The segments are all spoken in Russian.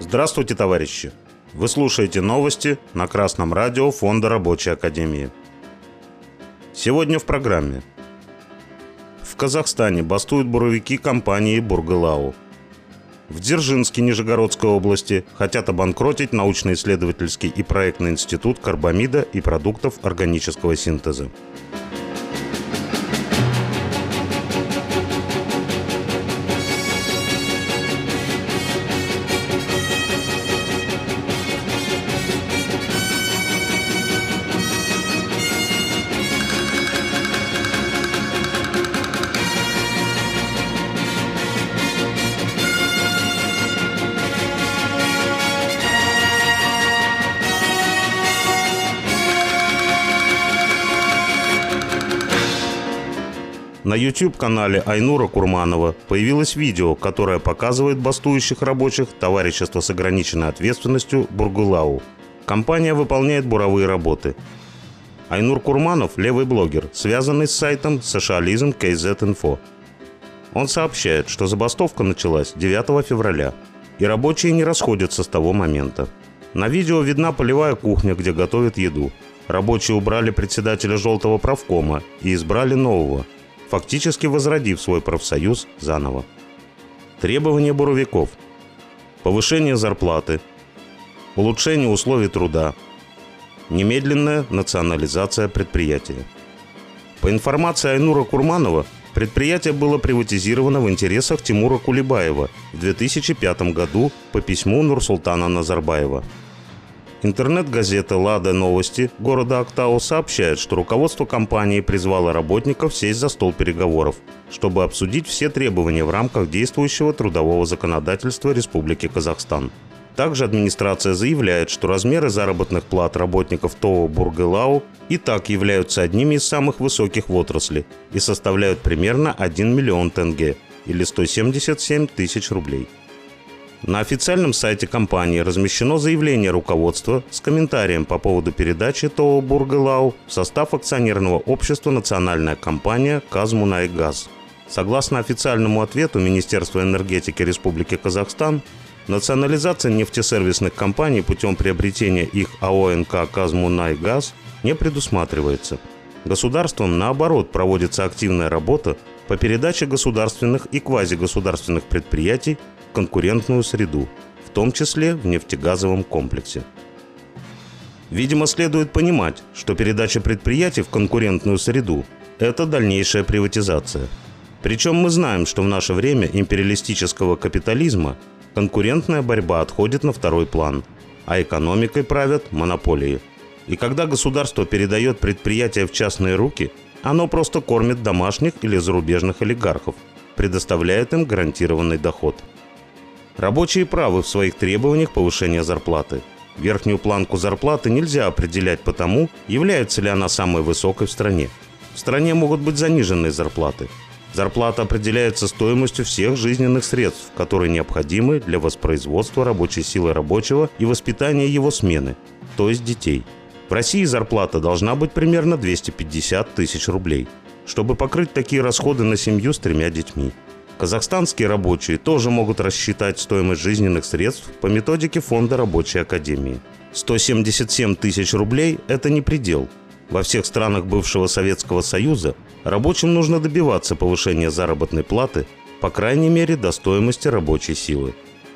Здравствуйте, товарищи! Вы слушаете новости на Красном радио Фонда Рабочей Академии. Сегодня в программе. В Казахстане бастуют буровики компании «Бургылау». В Дзержинске Нижегородской области хотят обанкротить научно-исследовательский и проектный институт карбамида и продуктов органического синтеза. На YouTube-канале Айнура Курманова появилось видео, которое показывает бастующих рабочих товарищества с ограниченной ответственностью «Бургылау». Компания выполняет буровые работы. Айнур Курманов – левый блогер, связанный с сайтом Socialism KZ-Info. Он сообщает, что забастовка началась 9 февраля, и рабочие не расходятся с того момента. На видео видна полевая кухня, где готовят еду. Рабочие убрали председателя желтого правкома и избрали нового, фактически возродив свой профсоюз заново. Требования буровиков: повышение зарплаты, улучшение условий труда, немедленная национализация предприятия. По информации Айнура Курманова, предприятие было приватизировано в интересах Тимура Кулебаева в 2005 году по письму Нурсултана Назарбаева. Интернет-газета «Лада Новости» города Актау сообщает, что руководство компании призвало работников сесть за стол переговоров, чтобы обсудить все требования в рамках действующего трудового законодательства Республики Казахстан. Также администрация заявляет, что размеры заработных плат работников ТОВ «Бургылау» и так являются одними из самых высоких в отрасли и составляют примерно 1 миллион тенге или 177 тысяч рублей. На официальном сайте компании размещено заявление руководства с комментарием по поводу передачи ТОВ «Бургылау» в состав акционерного общества «Национальная компания «Казмунайгаз». Согласно официальному ответу Министерства энергетики Республики Казахстан, национализация нефтесервисных компаний путем приобретения их АО НК «Казмунайгаз» не предусматривается. Государством, наоборот, проводится активная работа по передаче государственных и квазигосударственных предприятий в конкурентную среду, в том числе в нефтегазовом комплексе. Видимо, следует понимать, что передача предприятий в конкурентную среду – это дальнейшая приватизация. Причем мы знаем, что в наше время империалистического капитализма конкурентная борьба отходит на второй план, а экономикой правят монополии. И когда государство передает предприятия в частные руки, оно просто кормит домашних или зарубежных олигархов, предоставляет им гарантированный доход. Рабочие правы в своих требованиях повышения зарплаты. Верхнюю планку зарплаты нельзя определять по тому, является ли она самой высокой в стране. В стране могут быть заниженные зарплаты. Зарплата определяется стоимостью всех жизненных средств, которые необходимы для воспроизводства рабочей силы рабочего и воспитания его смены, то есть детей. В России зарплата должна быть примерно 250 тысяч рублей, чтобы покрыть такие расходы на семью с 3 детьми. Казахстанские рабочие тоже могут рассчитать стоимость жизненных средств по методике Фонда Рабочей Академии. 177 тысяч рублей – это не предел. Во всех странах бывшего Советского Союза рабочим нужно добиваться повышения заработной платы, по крайней мере, до стоимости рабочей силы.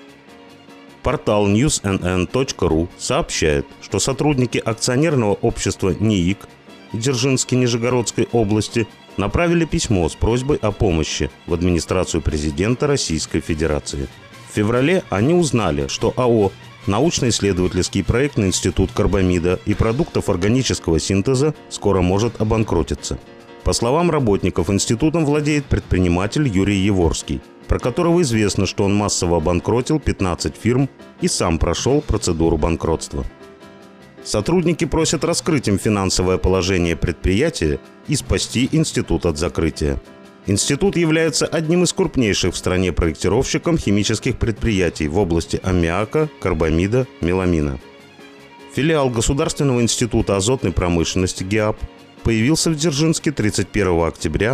Портал newsnn.ru сообщает, что сотрудники акционерного общества НИИК Дзержинской Нижегородской области направили письмо с просьбой о помощи в администрацию президента Российской Федерации. В феврале они узнали, что АО «Научно-исследовательский проектный институт карбамида и продуктов органического синтеза» скоро может обанкротиться. По словам работников, институтом владеет предприниматель Юрий Еворский, про которого известно, что он массово обанкротил 15 фирм и сам прошел процедуру банкротства. Сотрудники просят раскрыть им финансовое положение предприятия и спасти институт от закрытия. Институт является одним из крупнейших в стране проектировщиком химических предприятий в области аммиака, карбамида, меламина. Филиал Государственного института азотной промышленности ГИАП появился в Дзержинске 31 октября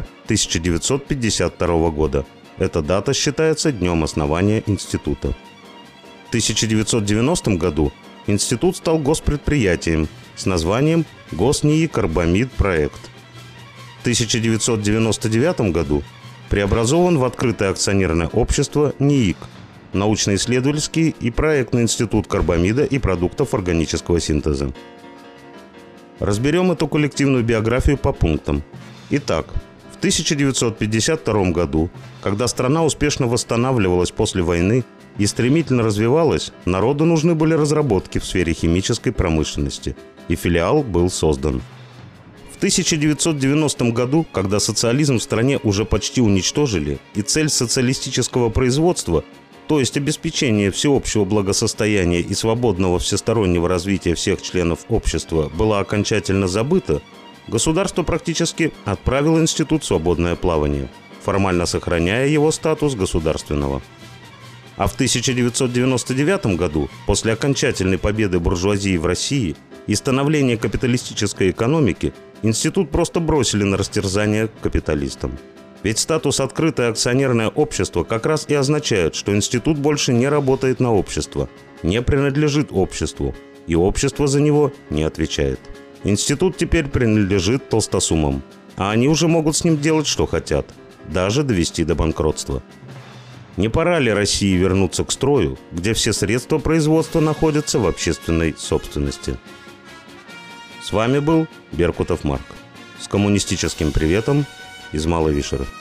1952 года. Эта дата считается днем основания института. 1990 году институт стал госпредприятием с названием «ГосНИИ Карбамид Проект». В 1999 году преобразован в открытое акционерное общество НИИК – научно-исследовательский и проектный институт карбамида и продуктов органического синтеза. Разберем эту коллективную биографию по пунктам. Итак, в 1952 году, когда страна успешно восстанавливалась после войны и стремительно развивалась, народу нужны были разработки в сфере химической промышленности, и филиал был создан. В 1990 году, когда социализм в стране уже почти уничтожили, и цель социалистического производства, то есть обеспечение всеобщего благосостояния и свободного всестороннего развития всех членов общества, была окончательно забыта, государство практически отправило институт в свободное плавание, формально сохраняя его статус государственного. А в 1999 году, после окончательной победы буржуазии в России и становления капиталистической экономики, институт просто бросили на растерзание капиталистам. Ведь статус «открытое акционерное общество» как раз и означает, что институт больше не работает на общество, не принадлежит обществу, и общество за него не отвечает. Институт теперь принадлежит толстосумам, а они уже могут с ним делать, что хотят, даже довести до банкротства. Не пора ли России вернуться к строю, где все средства производства находятся в общественной собственности? С вами был Беркутов Марк. С коммунистическим приветом из Малой Вишеры.